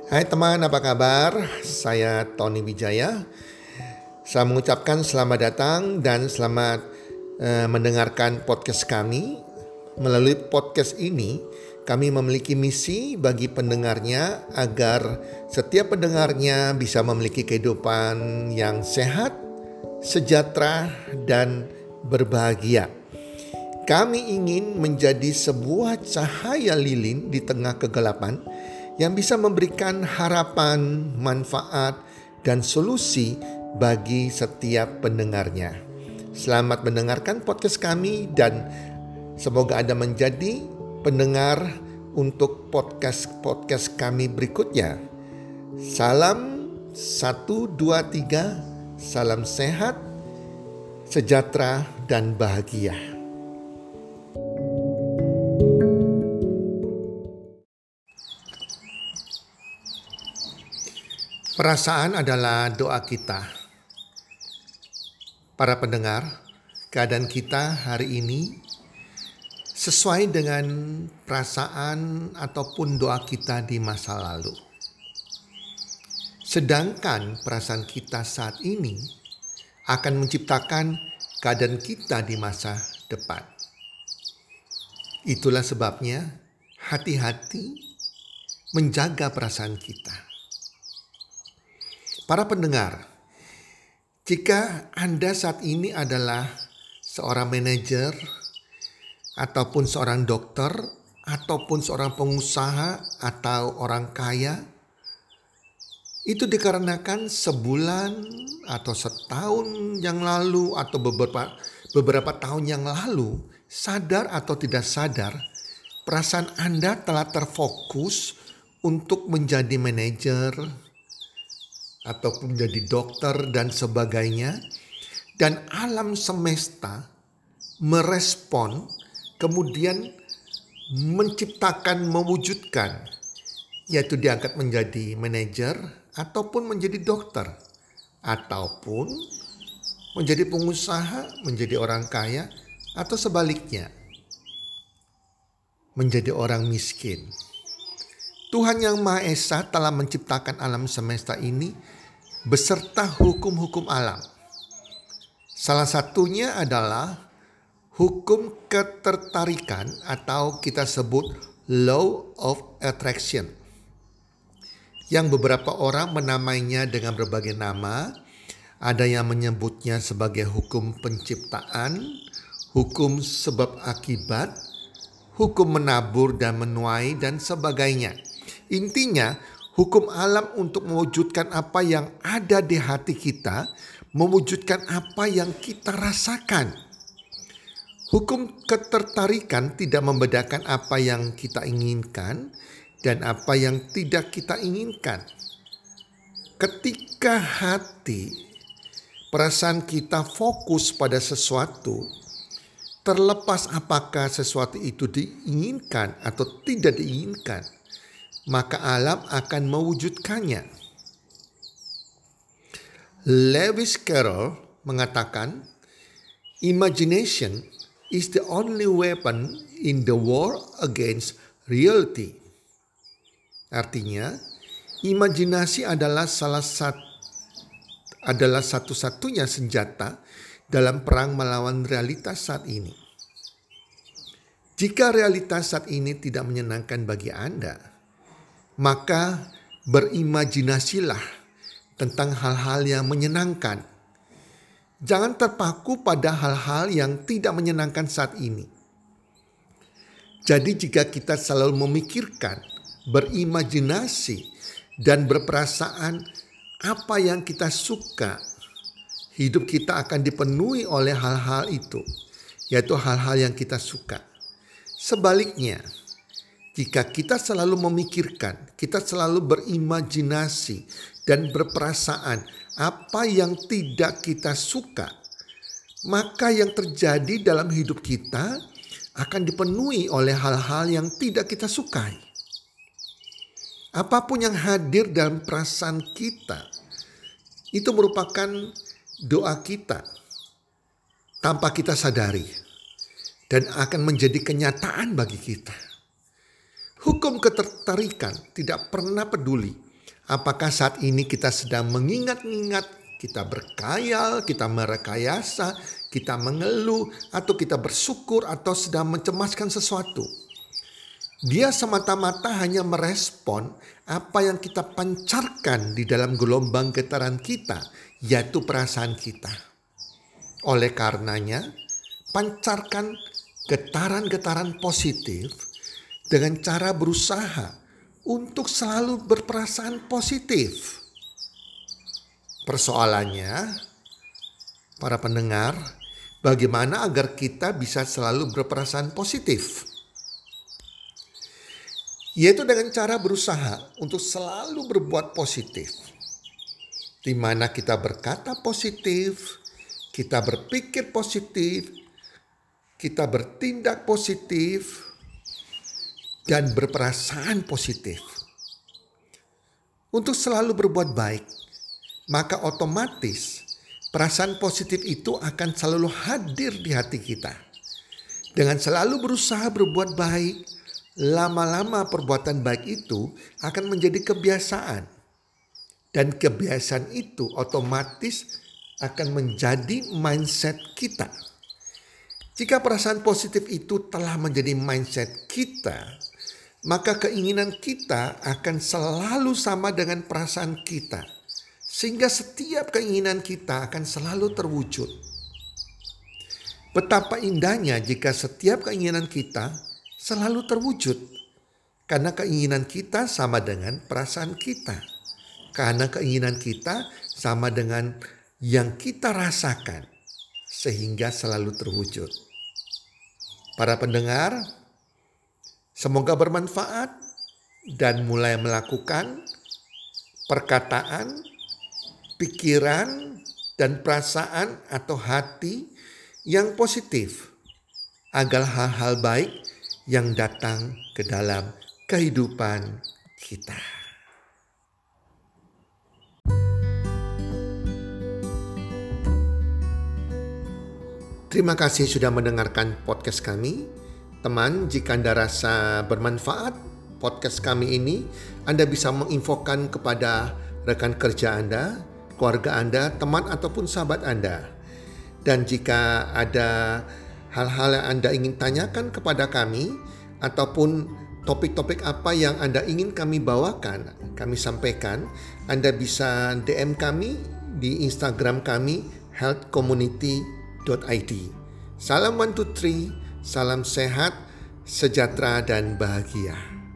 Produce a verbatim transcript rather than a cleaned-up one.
Hai teman, apa kabar? Saya Tony Wijaya. Saya mengucapkan selamat datang dan selamat eh, mendengarkan podcast kami. Melalui podcast ini, kami memiliki misi bagi pendengarnya agar setiap pendengarnya bisa memiliki kehidupan yang sehat, sejahtera, dan berbahagia. Kami ingin menjadi sebuah cahaya lilin di tengah kegelapan yang bisa memberikan harapan, manfaat, dan solusi bagi setiap pendengarnya. Selamat mendengarkan podcast kami dan semoga Anda menjadi pendengar untuk podcast-podcast kami berikutnya. Salam satu, dua, tiga, salam sehat, sejahtera, dan bahagia. Perasaan adalah doa kita. Para pendengar, keadaan kita hari ini sesuai dengan perasaan ataupun doa kita di masa lalu. Sedangkan perasaan kita saat ini akan menciptakan keadaan kita di masa depan. Itulah sebabnya hati-hati menjaga perasaan kita. Para pendengar, jika Anda saat ini adalah seorang manajer, ataupun seorang dokter, ataupun seorang pengusaha, atau orang kaya, itu dikarenakan sebulan atau setahun yang lalu atau beberapa, beberapa tahun yang lalu, sadar atau tidak sadar, perasaan Anda telah terfokus untuk menjadi manajer, ataupun menjadi dokter dan sebagainya, dan alam semesta merespon kemudian menciptakan, mewujudkan, yaitu diangkat menjadi manajer ataupun menjadi dokter ataupun menjadi pengusaha, menjadi orang kaya, atau sebaliknya menjadi orang miskin. Tuhan Yang Maha Esa telah menciptakan alam semesta ini beserta hukum-hukum alam. Salah satunya adalah hukum ketertarikan atau kita sebut law of attraction, yang beberapa orang menamainya dengan berbagai nama. Ada yang menyebutnya sebagai hukum penciptaan, hukum sebab akibat, hukum menabur dan menuai, dan sebagainya. Intinya, hukum alam untuk mewujudkan apa yang ada di hati kita, mewujudkan apa yang kita rasakan. Hukum ketertarikan tidak membedakan apa yang kita inginkan dan apa yang tidak kita inginkan. Ketika hati, perasaan kita fokus pada sesuatu, terlepas apakah sesuatu itu diinginkan atau tidak diinginkan, maka alam akan mewujudkannya. Lewis Carroll mengatakan, imagination is the only weapon in the war against reality. Artinya, imajinasi adalah salah satu adalah satu-satunya senjata dalam perang melawan realitas saat ini. Jika realitas saat ini tidak menyenangkan bagi Anda, maka berimajinasilah tentang hal-hal yang menyenangkan. Jangan terpaku pada hal-hal yang tidak menyenangkan saat ini. Jadi jika kita selalu memikirkan, berimajinasi, dan berperasaan apa yang kita suka, hidup kita akan dipenuhi oleh hal-hal itu, yaitu hal-hal yang kita suka. Sebaliknya, jika kita selalu memikirkan, kita selalu berimajinasi dan berperasaan apa yang tidak kita suka, maka yang terjadi dalam hidup kita akan dipenuhi oleh hal-hal yang tidak kita sukai. Apapun yang hadir dalam perasaan kita, itu merupakan doa kita tanpa kita sadari dan akan menjadi kenyataan bagi kita. Hukum ketertarikan tidak pernah peduli Apakah saat ini kita sedang mengingat-ingat, kita berkhayal, kita merekayasa, kita mengeluh, atau kita bersyukur atau sedang mencemaskan sesuatu? Dia semata-mata hanya merespon apa yang kita pancarkan di dalam gelombang getaran kita, yaitu perasaan kita. Oleh karenanya, pancarkan getaran-getaran positif dengan cara berusaha untuk selalu berperasaan positif. Persoalannya, para pendengar, bagaimana agar kita bisa selalu berperasaan positif? Yaitu dengan cara berusaha untuk selalu berbuat positif. Di mana kita berkata positif, kita berpikir positif, kita bertindak positif, dan berperasaan positif. Untuk selalu berbuat baik, maka otomatis perasaan positif itu akan selalu hadir di hati kita. Dengan selalu berusaha berbuat baik, lama-lama perbuatan baik itu akan menjadi kebiasaan. Dan kebiasaan itu otomatis akan menjadi mindset kita. Jika perasaan positif itu telah menjadi mindset kita, maka keinginan kita akan selalu sama dengan perasaan kita. Sehingga setiap keinginan kita akan selalu terwujud. Betapa indahnya jika setiap keinginan kita selalu terwujud. Karena keinginan kita sama dengan perasaan kita. Karena keinginan kita sama dengan yang kita rasakan. Sehingga selalu terwujud. Para pendengar, semoga bermanfaat dan mulai melakukan perkataan, pikiran, dan perasaan atau hati yang positif. Agar hal-hal baik yang datang ke dalam kehidupan kita. Terima kasih sudah mendengarkan podcast kami. Teman, jika Anda rasa bermanfaat podcast kami ini, Anda bisa menginfokan kepada rekan kerja Anda, keluarga Anda, teman ataupun sahabat Anda. Dan jika ada hal-hal yang Anda ingin tanyakan kepada kami, ataupun topik-topik apa yang Anda ingin kami bawakan, kami sampaikan, Anda bisa D M kami di Instagram kami health community dot i d. Salam one two three, salam sehat, sejahtera dan bahagia.